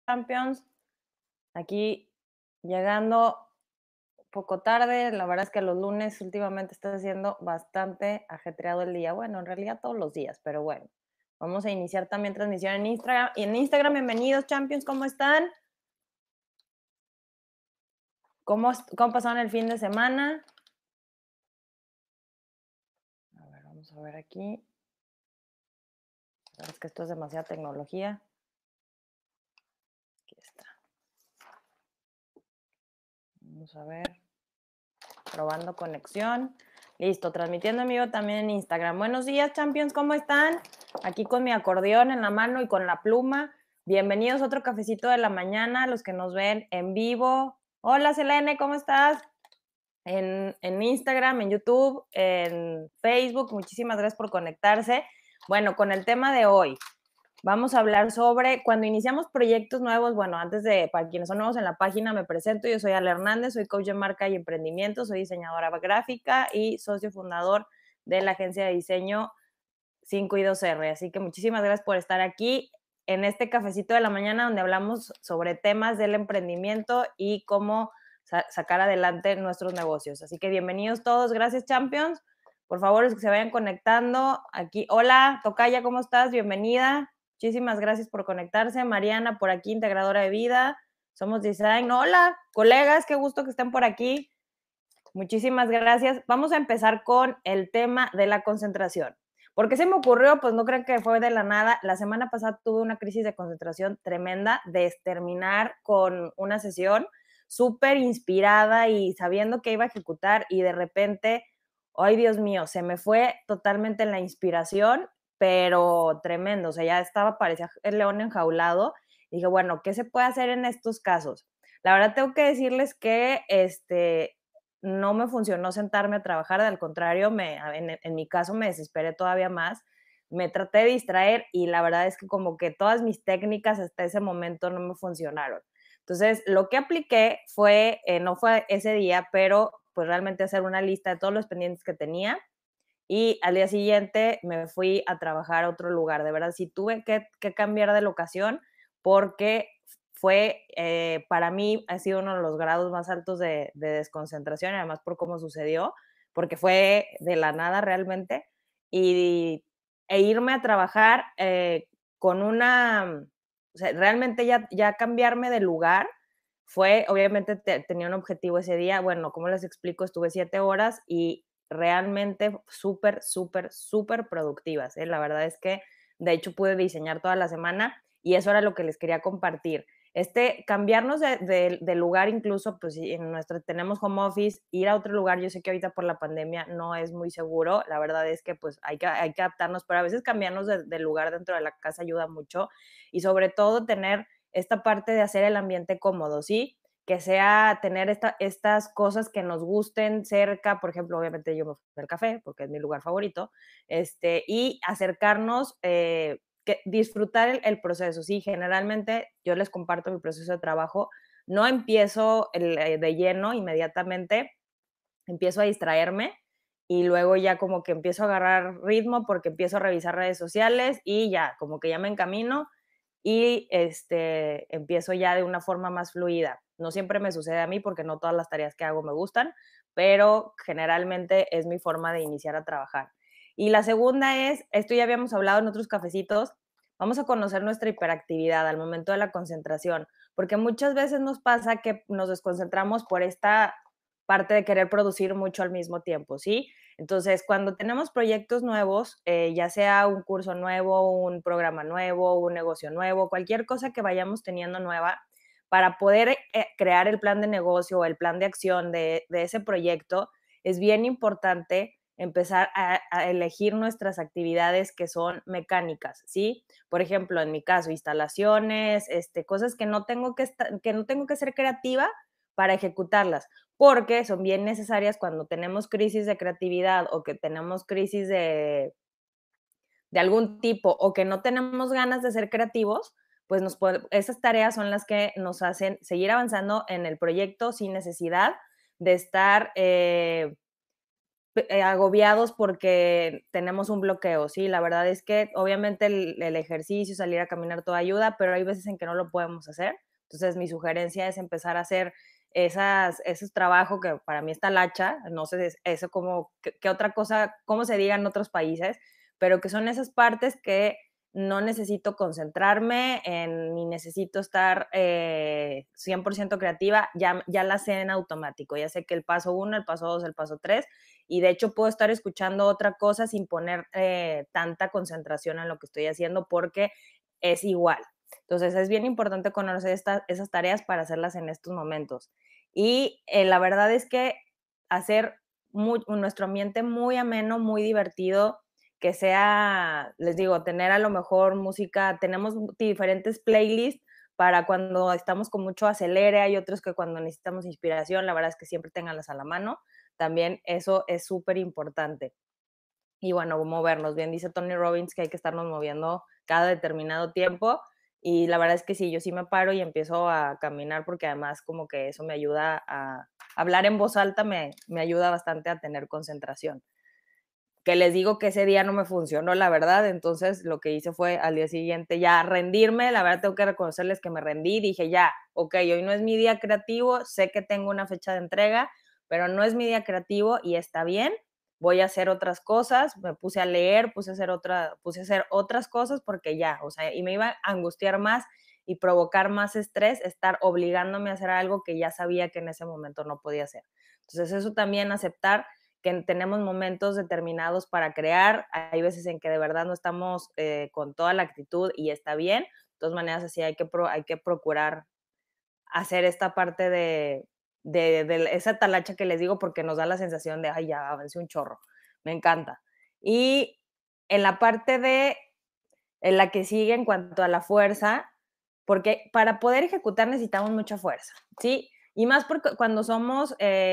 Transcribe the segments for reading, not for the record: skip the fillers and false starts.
Champions. Aquí llegando un poco tarde, la verdad es que los lunes últimamente está siendo bastante ajetreado el día. Bueno, en realidad todos los días, pero bueno. Vamos a iniciar también transmisión en Instagram. Y en Instagram, bienvenidos Champions, ¿cómo están? ¿Cómo pasaron el fin de semana? A ver, vamos a ver aquí. Es que esto es demasiada tecnología. Aquí está. Vamos a ver. Probando conexión. Listo, transmitiendo en vivo también en Instagram. Buenos días, Champions, ¿cómo están? Aquí con mi acordeón en la mano y con la pluma. Bienvenidos a otro cafecito de la mañana, los que nos ven en vivo. Hola, Selene, ¿cómo estás? En Instagram, en YouTube, en Facebook. Muchísimas gracias por conectarse. Bueno, con el tema de hoy, vamos a hablar sobre cuando iniciamos proyectos nuevos. Bueno, para quienes son nuevos en la página, me presento. Yo soy Ale Hernández, soy coach de marca y emprendimiento, soy diseñadora gráfica y socio fundador de la agencia de diseño 5 y 2R. Así que muchísimas gracias por estar aquí en este cafecito de la mañana donde hablamos sobre temas del emprendimiento y cómo sacar adelante nuestros negocios. Así que bienvenidos todos. Gracias, Champions. Por favor, es que se vayan conectando aquí. Hola, Tocaya, ¿cómo estás? Bienvenida. Muchísimas gracias por conectarse. Mariana, por aquí, integradora de vida. Somos Design. Hola, colegas, qué gusto que estén por aquí. Muchísimas gracias. Vamos a empezar con el tema de la concentración. ¿Por qué se me ocurrió? Pues no creo que fue de la nada. La semana pasada tuve una crisis de concentración tremenda de terminar con una sesión súper inspirada y sabiendo que iba a ejecutar y de repente, ay Dios mío, se me fue totalmente la inspiración, pero tremendo. O sea, ya parecía el león enjaulado. Y dije, bueno, ¿qué se puede hacer en estos casos? La verdad tengo que decirles que no me funcionó sentarme a trabajar, al contrario, en mi caso me desesperé todavía más, me traté de distraer y la verdad es que como que todas mis técnicas hasta ese momento no me funcionaron. Entonces, lo que apliqué fue, no fue ese día, pero pues realmente hacer una lista de todos los pendientes que tenía y al día siguiente me fui a trabajar a otro lugar. De verdad, sí tuve que cambiar de locación porque para mí ha sido uno de los grados más altos de desconcentración, y además por cómo sucedió, porque fue de la nada realmente, e irme a trabajar con o sea, realmente ya cambiarme de lugar obviamente tenía un objetivo ese día. Bueno, como les explico, estuve 7 horas y realmente súper, súper, súper productivas. La verdad es que, de hecho, pude diseñar toda la semana y eso era lo que les quería compartir. Cambiarnos de lugar, incluso, pues tenemos home office, ir a otro lugar, yo sé que ahorita por la pandemia no es muy seguro, la verdad es que pues hay que adaptarnos, pero a veces cambiarnos de lugar dentro de la casa ayuda mucho y sobre todo tener esta parte de hacer el ambiente cómodo, ¿sí? Que sea tener estas cosas que nos gusten cerca. Por ejemplo, obviamente yo me fui al café porque es mi lugar favorito, y acercarnos, disfrutar el proceso, ¿sí? Generalmente yo les comparto mi proceso de trabajo, no empiezo de lleno inmediatamente, empiezo a distraerme y luego ya como que empiezo a agarrar ritmo porque empiezo a revisar redes sociales y ya, como que ya me encamino y empiezo ya de una forma más fluida. No siempre me sucede a mí porque no todas las tareas que hago me gustan, pero generalmente es mi forma de iniciar a trabajar. Y la segunda es, esto ya habíamos hablado en otros cafecitos, vamos a conocer nuestra hiperactividad al momento de la concentración, porque muchas veces nos pasa que nos desconcentramos por esta parte de querer producir mucho al mismo tiempo, ¿sí? Entonces, cuando tenemos proyectos nuevos, ya sea un curso nuevo, un programa nuevo, un negocio nuevo, cualquier cosa que vayamos teniendo nueva, para poder crear el plan de negocio o el plan de acción de ese proyecto, es bien importante empezar a elegir nuestras actividades que son mecánicas, ¿sí? Por ejemplo, en mi caso, instalaciones, cosas que no tengo que ser creativa para ejecutarlas, porque son bien necesarias cuando tenemos crisis de creatividad o que tenemos crisis de algún tipo o que no tenemos ganas de ser creativos, pues esas tareas son las que nos hacen seguir avanzando en el proyecto sin necesidad de estar agobiados porque tenemos un bloqueo, ¿sí? La verdad es que obviamente el ejercicio, salir a caminar, todo ayuda, pero hay veces en que no lo podemos hacer. Entonces, mi sugerencia es empezar a hacer esos trabajos que para mí está lacha, no sé, eso como, qué otra cosa, cómo se diga en otros países, pero que son esas partes que no necesito concentrarme ni necesito estar 100% creativa, ya la sé en automático, ya sé que el paso 1, el paso 2, el paso 3, y de hecho puedo estar escuchando otra cosa sin poner tanta concentración en lo que estoy haciendo porque es igual. Entonces es bien importante conocer esas tareas para hacerlas en estos momentos. Y la verdad es que hacer nuestro ambiente muy ameno, muy divertido, que sea, les digo, tener a lo mejor música, tenemos diferentes playlists para cuando estamos con mucho acelere, hay otros que cuando necesitamos inspiración, la verdad es que siempre tenganlas a la mano, también eso es súper importante. Y bueno, movernos, bien dice Tony Robbins que hay que estarnos moviendo cada determinado tiempo y la verdad es que sí, yo sí me paro y empiezo a caminar porque además como que eso me ayuda a hablar en voz alta, me ayuda bastante a tener concentración. Que les digo que ese día no me funcionó, la verdad, entonces lo que hice fue al día siguiente ya rendirme, la verdad tengo que reconocerles que me rendí, dije ya, ok, hoy no es mi día creativo, sé que tengo una fecha de entrega, pero no es mi día creativo y está bien, voy a hacer otras cosas, me puse a leer, puse a hacer otras cosas porque ya, o sea, y me iba a angustiar más y provocar más estrés, estar obligándome a hacer algo que ya sabía que en ese momento no podía hacer. Entonces eso también aceptar que tenemos momentos determinados para crear, hay veces en que de verdad no estamos con toda la actitud y está bien, de todas maneras así hay que procurar hacer esta parte de esa talacha que les digo porque nos da la sensación de, ay, ya avancé un chorro, me encanta. Y en la parte en la que sigue en cuanto a la fuerza, porque para poder ejecutar necesitamos mucha fuerza, ¿sí? Y más porque cuando somos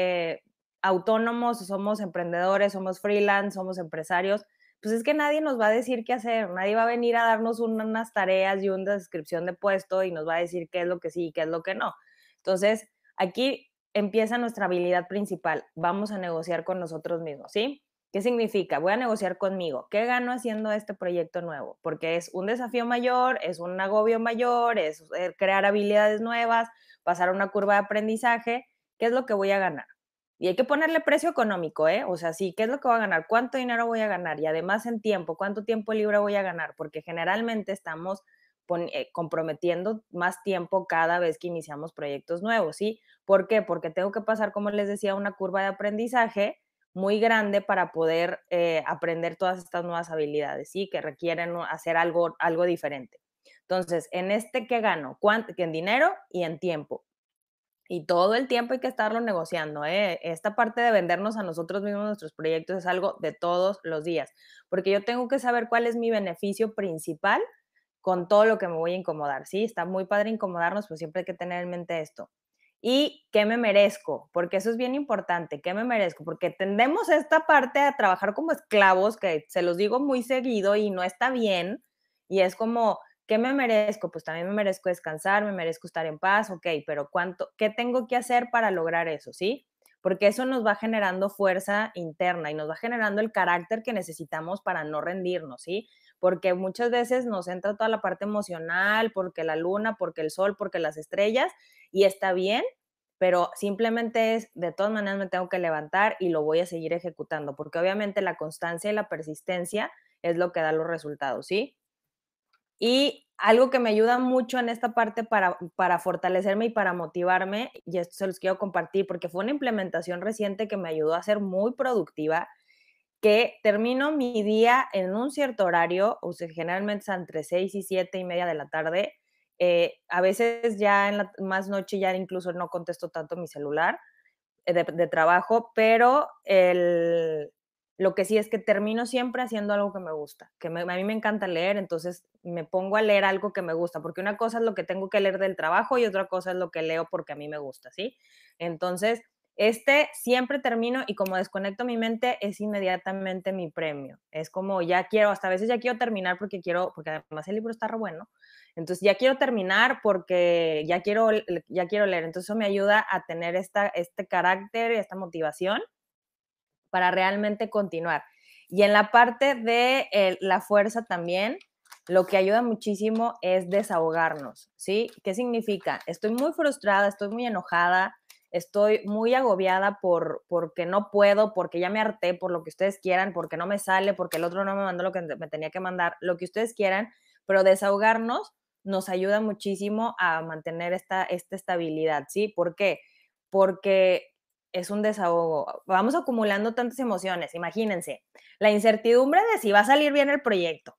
autónomos, somos emprendedores, somos freelance, somos empresarios, pues es que nadie nos va a decir qué hacer, nadie va a venir a darnos unas tareas y una descripción de puesto y nos va a decir qué es lo que sí y qué es lo que no. Entonces, aquí empieza nuestra habilidad principal, vamos a negociar con nosotros mismos, ¿sí? ¿Qué significa? Voy a negociar conmigo. ¿Qué gano haciendo este proyecto nuevo? Porque es un desafío mayor, es un agobio mayor, es crear habilidades nuevas, pasar una curva de aprendizaje. ¿Qué es lo que voy a ganar? Y hay que ponerle precio económico, ¿eh? O sea, sí, ¿qué es lo que voy a ganar? ¿Cuánto dinero voy a ganar? Y además en tiempo, ¿cuánto tiempo libre voy a ganar? Porque generalmente estamos comprometiendo más tiempo cada vez que iniciamos proyectos nuevos, ¿sí? ¿Por qué? Porque tengo que pasar, como les decía, una curva de aprendizaje muy grande para poder aprender todas estas nuevas habilidades, ¿sí? Que requieren hacer algo diferente. Entonces, en este, ¿qué gano? En dinero y en tiempo. Y todo el tiempo hay que estarlo negociando, ¿eh? Esta parte de vendernos a nosotros mismos nuestros proyectos es algo de todos los días, porque yo tengo que saber cuál es mi beneficio principal con todo lo que me voy a incomodar, ¿sí? Está muy padre incomodarnos, pues siempre hay que tener en mente esto. ¿Y qué me merezco? Porque eso es bien importante, ¿qué me merezco? Porque tendemos esta parte a trabajar como esclavos, que se los digo muy seguido y no está bien, y es como, ¿qué me merezco? Pues también me merezco descansar, me merezco estar en paz, ok, pero ¿qué tengo que hacer para lograr eso, sí? Porque eso nos va generando fuerza interna y nos va generando el carácter que necesitamos para no rendirnos, ¿sí? Porque muchas veces nos entra toda la parte emocional, porque la luna, porque el sol, porque las estrellas, y está bien, pero simplemente es, de todas maneras me tengo que levantar y lo voy a seguir ejecutando, porque obviamente la constancia y la persistencia es lo que da los resultados, ¿sí? Y algo que me ayuda mucho en esta parte para fortalecerme y para motivarme, y esto se los quiero compartir porque fue una implementación reciente que me ayudó a ser muy productiva, que termino mi día en un cierto horario, o sea, generalmente es entre 6 y 7 y media de la tarde. A veces ya en la más noche ya incluso no contesto tanto mi celular de trabajo, pero lo que sí es que termino siempre haciendo algo que me gusta, a mí me encanta leer, entonces me pongo a leer algo que me gusta, porque una cosa es lo que tengo que leer del trabajo y otra cosa es lo que leo porque a mí me gusta, ¿sí? Entonces, siempre termino y como desconecto mi mente es inmediatamente mi premio. Es como ya quiero, hasta a veces ya quiero terminar porque además el libro está re bueno. Entonces ya quiero terminar porque ya quiero leer. Entonces eso me ayuda a tener este carácter y esta motivación para realmente continuar. Y en la parte de la fuerza también, lo que ayuda muchísimo es desahogarnos, ¿sí? ¿Qué significa? Estoy muy frustrada, estoy muy enojada, estoy muy agobiada porque no puedo, porque ya me harté, por lo que ustedes quieran, porque no me sale, porque el otro no me mandó lo que me tenía que mandar, lo que ustedes quieran, pero desahogarnos nos ayuda muchísimo a mantener esta estabilidad, ¿sí? ¿Por qué? Porque es un desahogo. Vamos acumulando tantas emociones, imagínense, la incertidumbre de si va a salir bien el proyecto,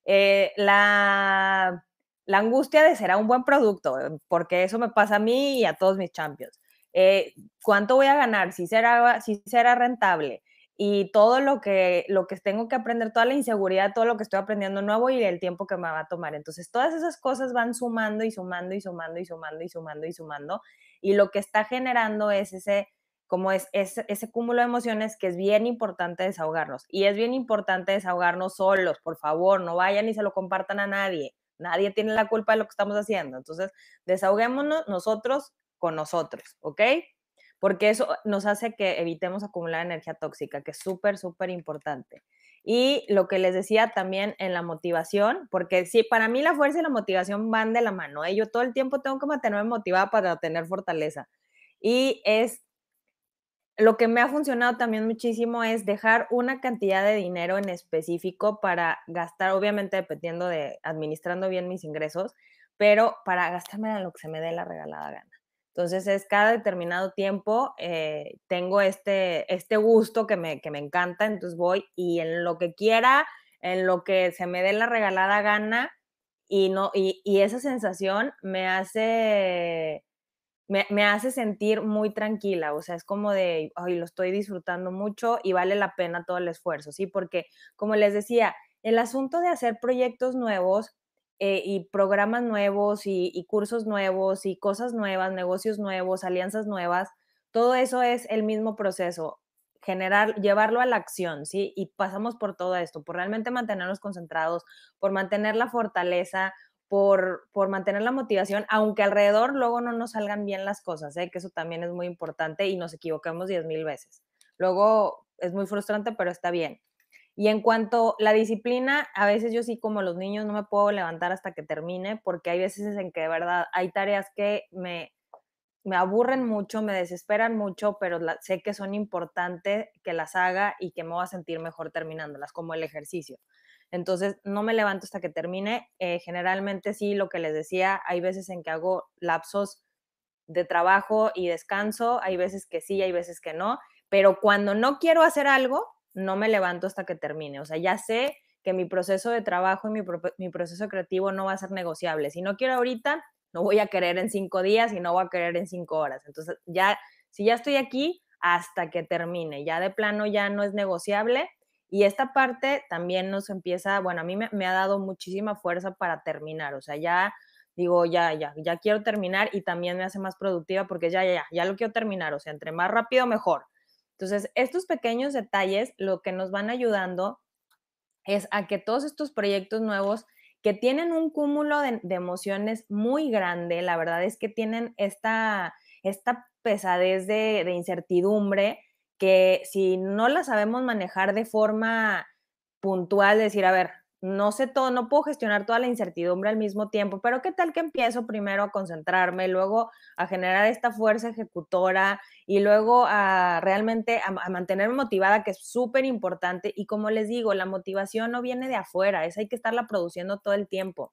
la angustia de será un buen producto, porque eso me pasa a mí y a todos mis champions. ¿Cuánto voy a ganar? Si será rentable. Y todo lo que tengo que aprender, toda la inseguridad, todo lo que estoy aprendiendo nuevo y el tiempo que me va a tomar. Entonces, todas esas cosas van sumando y sumando y sumando y sumando y sumando y sumando. Y lo que está generando es ese cúmulo de emociones que es bien importante desahogarnos. Y es bien importante desahogarnos solos, por favor, no vayan y se lo compartan a nadie. Nadie tiene la culpa de lo que estamos haciendo. Entonces, desahoguémonos nosotros con nosotros, ¿ok? Porque eso nos hace que evitemos acumular energía tóxica, que es súper, súper importante. Y lo que les decía también en la motivación, porque sí, para mí la fuerza y la motivación van de la mano, ¿eh? Yo todo el tiempo tengo que mantenerme motivada para tener fortaleza. Y es lo que me ha funcionado también muchísimo es dejar una cantidad de dinero en específico para gastar, obviamente dependiendo de administrando bien mis ingresos, pero para gastarme en lo que se me dé la regalada gana. Entonces es cada determinado tiempo tengo este gusto que me encanta, entonces voy y en lo que quiera, en lo que se me dé la regalada gana y, no, y esa sensación me hace sentir muy tranquila, o sea, es como de, ay, lo estoy disfrutando mucho y vale la pena todo el esfuerzo, ¿sí? Porque, como les decía, el asunto de hacer proyectos nuevos y programas nuevos y cursos nuevos y cosas nuevas, negocios nuevos, alianzas nuevas, todo eso es el mismo proceso, llevarlo a la acción, ¿sí? Y pasamos por todo esto, por realmente mantenernos concentrados, por mantener la fortaleza, por mantener la motivación, aunque alrededor luego no nos salgan bien las cosas, ¿eh? Que eso también es muy importante y nos equivocamos 10,000 veces. Luego es muy frustrante, pero está bien. Y en cuanto a la disciplina, a veces yo sí como los niños no me puedo levantar hasta que termine, porque hay veces en que de verdad hay tareas que me aburren mucho, me desesperan mucho, pero sé que son importantes que las haga y que me voy a sentir mejor terminándolas, como el ejercicio. Entonces, no me levanto hasta que termine. Generalmente sí, lo que les decía, hay veces en que hago lapsos de trabajo y descanso, hay veces que sí, hay veces que no, pero cuando no quiero hacer algo, no me levanto hasta que termine. O sea, ya sé que mi proceso de trabajo y mi proceso creativo no va a ser negociable. Si no quiero ahorita, no voy a querer en 5 días y no voy a querer en 5 horas. Entonces, ya, si ya estoy aquí, hasta que termine, ya de plano ya no es negociable. Y esta parte también nos empieza, bueno, a mí me ha dado muchísima fuerza para terminar, o sea, ya digo, ya quiero terminar y también me hace más productiva porque ya lo quiero terminar, o sea, entre más rápido mejor. Entonces, estos pequeños detalles lo que nos van ayudando es a que todos estos proyectos nuevos que tienen un cúmulo de emociones muy grande, la verdad es que tienen esta pesadez de incertidumbre que si no la sabemos manejar de forma puntual, decir, a ver, no sé todo, no puedo gestionar toda la incertidumbre al mismo tiempo, pero ¿qué tal que empiezo primero a concentrarme, luego a generar esta fuerza ejecutora y luego a realmente a mantenerme motivada, que es súper importante? Y como les digo, la motivación no viene de afuera, esa hay que estarla produciendo todo el tiempo.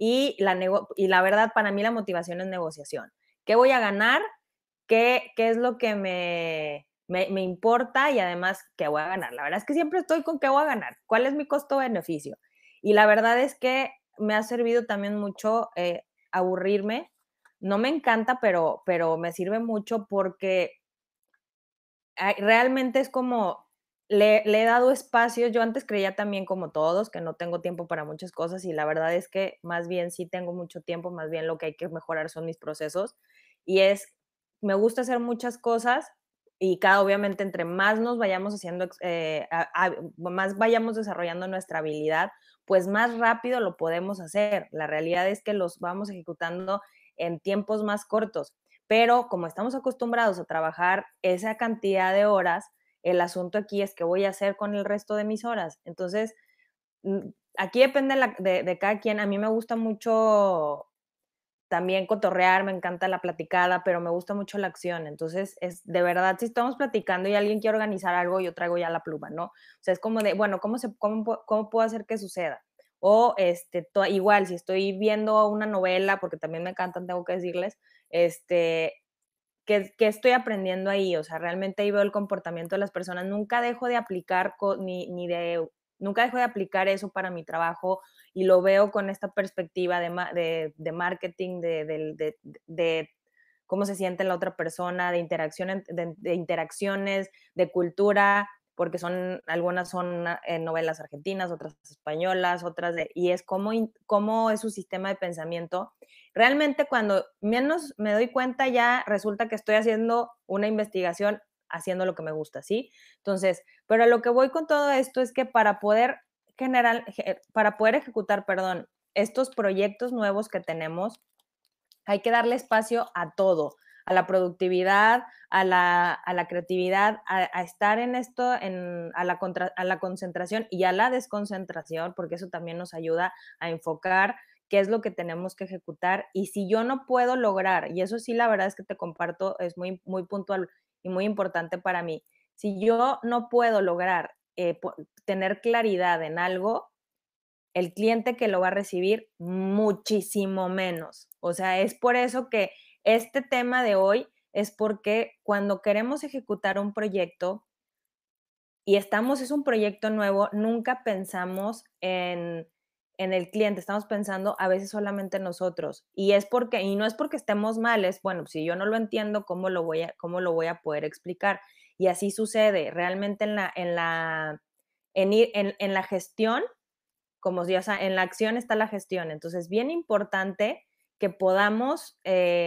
Y la verdad, para mí la motivación es negociación. ¿Qué voy a ganar? ¿Qué es lo que me importa y además qué voy a ganar? La verdad es que siempre estoy con qué voy a ganar, cuál es mi costo-beneficio. Y la verdad es que me ha servido también mucho aburrirme. No me encanta, pero me sirve mucho porque realmente es como le he dado espacio. Yo antes creía también como todos que no tengo tiempo para muchas cosas y la verdad es que más bien sí tengo mucho tiempo, más bien lo que hay que mejorar son mis procesos y me gusta hacer muchas cosas y obviamente entre más nos vayamos haciendo, más vayamos desarrollando nuestra habilidad, pues más rápido lo podemos hacer. La realidad es que los vamos ejecutando en tiempos más cortos, pero como estamos acostumbrados a trabajar esa cantidad de horas, El asunto aquí es qué voy a hacer con el resto de mis horas. Entonces, aquí depende de cada quien. A mí me gusta mucho también cotorrear, me encanta la platicada, pero me gusta mucho la acción. Entonces, es de verdad, si estamos platicando y alguien quiere organizar algo, yo traigo ya la pluma, ¿no? O sea, es como de, bueno, ¿cómo puedo hacer que suceda? O igual, si estoy viendo una novela, porque también me encantan, tengo que decirles, ¿qué estoy aprendiendo ahí? O sea, realmente ahí veo el comportamiento de las personas. Nunca dejo de aplicar nunca dejo de aplicar eso para mi trabajo y lo veo con esta perspectiva de marketing, de cómo se siente la otra persona, de interacciones, de cultura, porque algunas son novelas argentinas, otras españolas, y es cómo es su sistema de pensamiento. Realmente cuando menos me doy cuenta ya resulta que estoy haciendo una investigación haciendo lo que me gusta, ¿sí? Entonces, pero a lo que voy con todo esto es que para poder ejecutar, perdón, estos proyectos nuevos que tenemos, hay que darle espacio a todo, a la productividad, a la creatividad, a estar en esto, a la concentración y a la desconcentración, porque eso también nos ayuda a enfocar qué es lo que tenemos que ejecutar. Y si yo no puedo lograr, y eso sí, la verdad es que te comparto, es muy, muy puntual y muy importante para mí, si yo no puedo lograr tener claridad en algo, el cliente que lo va a recibir muchísimo menos. O sea, es por eso que este tema de hoy es porque cuando queremos ejecutar un proyecto y es un proyecto nuevo, nunca pensamos en el cliente, estamos pensando a veces solamente en nosotros. Y no es porque estemos mal, es bueno, si yo no lo entiendo, cómo lo voy a poder explicar? Y así sucede. Realmente en la gestión, como si, o sea, en la acción está la gestión. Entonces, bien importante que podamos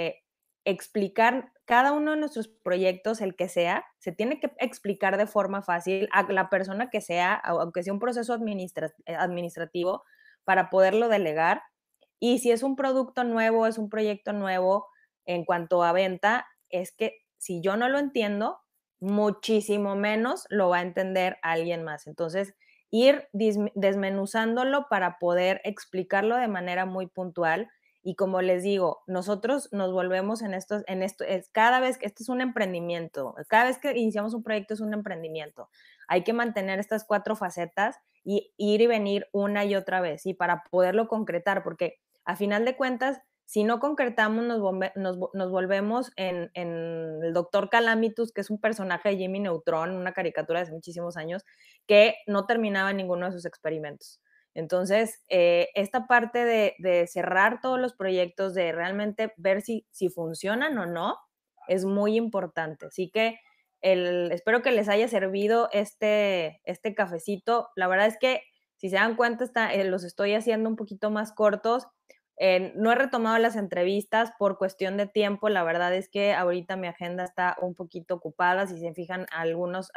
explicar cada uno de nuestros proyectos, el que sea, se tiene que explicar de forma fácil a la persona que sea, aunque sea un proceso administrativo, para poderlo delegar. Y si es un producto nuevo, es un proyecto nuevo en cuanto a venta, es que si yo no lo entiendo, muchísimo menos lo va a entender alguien más. Entonces, ir desmenuzándolo para poder explicarlo de manera muy puntual. Y como les digo, nosotros nos volvemos cada vez que este es un emprendimiento, cada vez que iniciamos un proyecto es un emprendimiento. Hay que mantener estas 4 facetas y ir y venir una y otra vez, y para poderlo concretar, porque a final de cuentas, si no concretamos, nos volvemos en el doctor Calamitus, que es un personaje de Jimmy Neutron, una caricatura de hace muchísimos años, que no terminaba ninguno de sus experimentos. Entonces, esta parte de cerrar todos los proyectos, de realmente ver si funcionan o no, es muy importante. Así que espero que les haya servido este cafecito. La verdad es que, si se dan cuenta, los estoy haciendo un poquito más cortos. No he retomado las entrevistas por cuestión de tiempo. La verdad es que ahorita mi agenda está un poquito ocupada. Si se fijan, algunos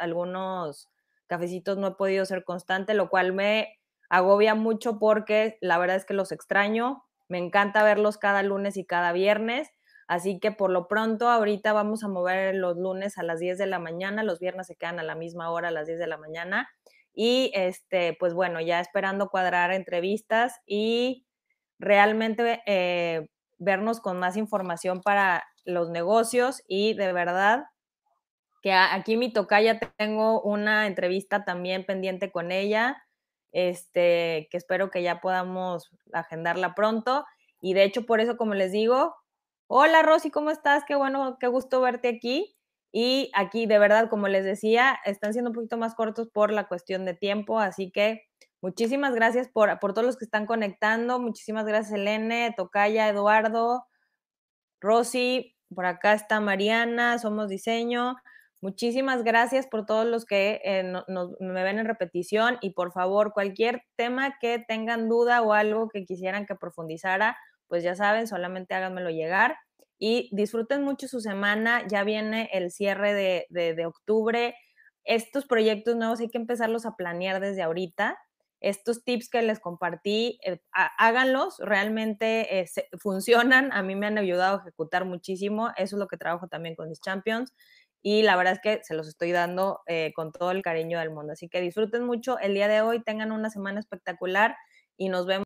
cafecitos no he podido ser constante, lo cual me agobia mucho porque la verdad es que los extraño. Me encanta verlos cada lunes y cada viernes. Así que por lo pronto ahorita vamos a mover los lunes a las 10 de la mañana, los viernes se quedan a la misma hora, a las 10 de la mañana. Y pues bueno, ya esperando cuadrar entrevistas y realmente vernos con más información para los negocios. Y de verdad que aquí mi tocaya, tengo una entrevista también pendiente con ella, que espero que ya podamos agendarla pronto. Y de hecho, por eso, como les digo, hola Rosy, ¿cómo estás? Qué bueno, qué gusto verte aquí. Y aquí, de verdad, como les decía, están siendo un poquito más cortos por la cuestión de tiempo, así que muchísimas gracias por todos los que están conectando. Muchísimas gracias, Elene, tocaya, Eduardo, Rosy, por acá está Mariana, Somos Diseño. Muchísimas gracias por todos los que me ven en repetición, y por favor, cualquier tema que tengan duda o algo que quisieran que profundizara, pues ya saben, solamente háganmelo llegar y disfruten mucho su semana. Ya viene el cierre de octubre. Estos proyectos nuevos hay que empezarlos a planear desde ahorita. Estos tips que les compartí, háganlos, realmente funcionan, a mí me han ayudado a ejecutar muchísimo. Eso es lo que trabajo también con mis champions. y la verdad es que se los estoy dando con todo el cariño del mundo. Así que disfruten mucho el día de hoy, tengan una semana espectacular y nos vemos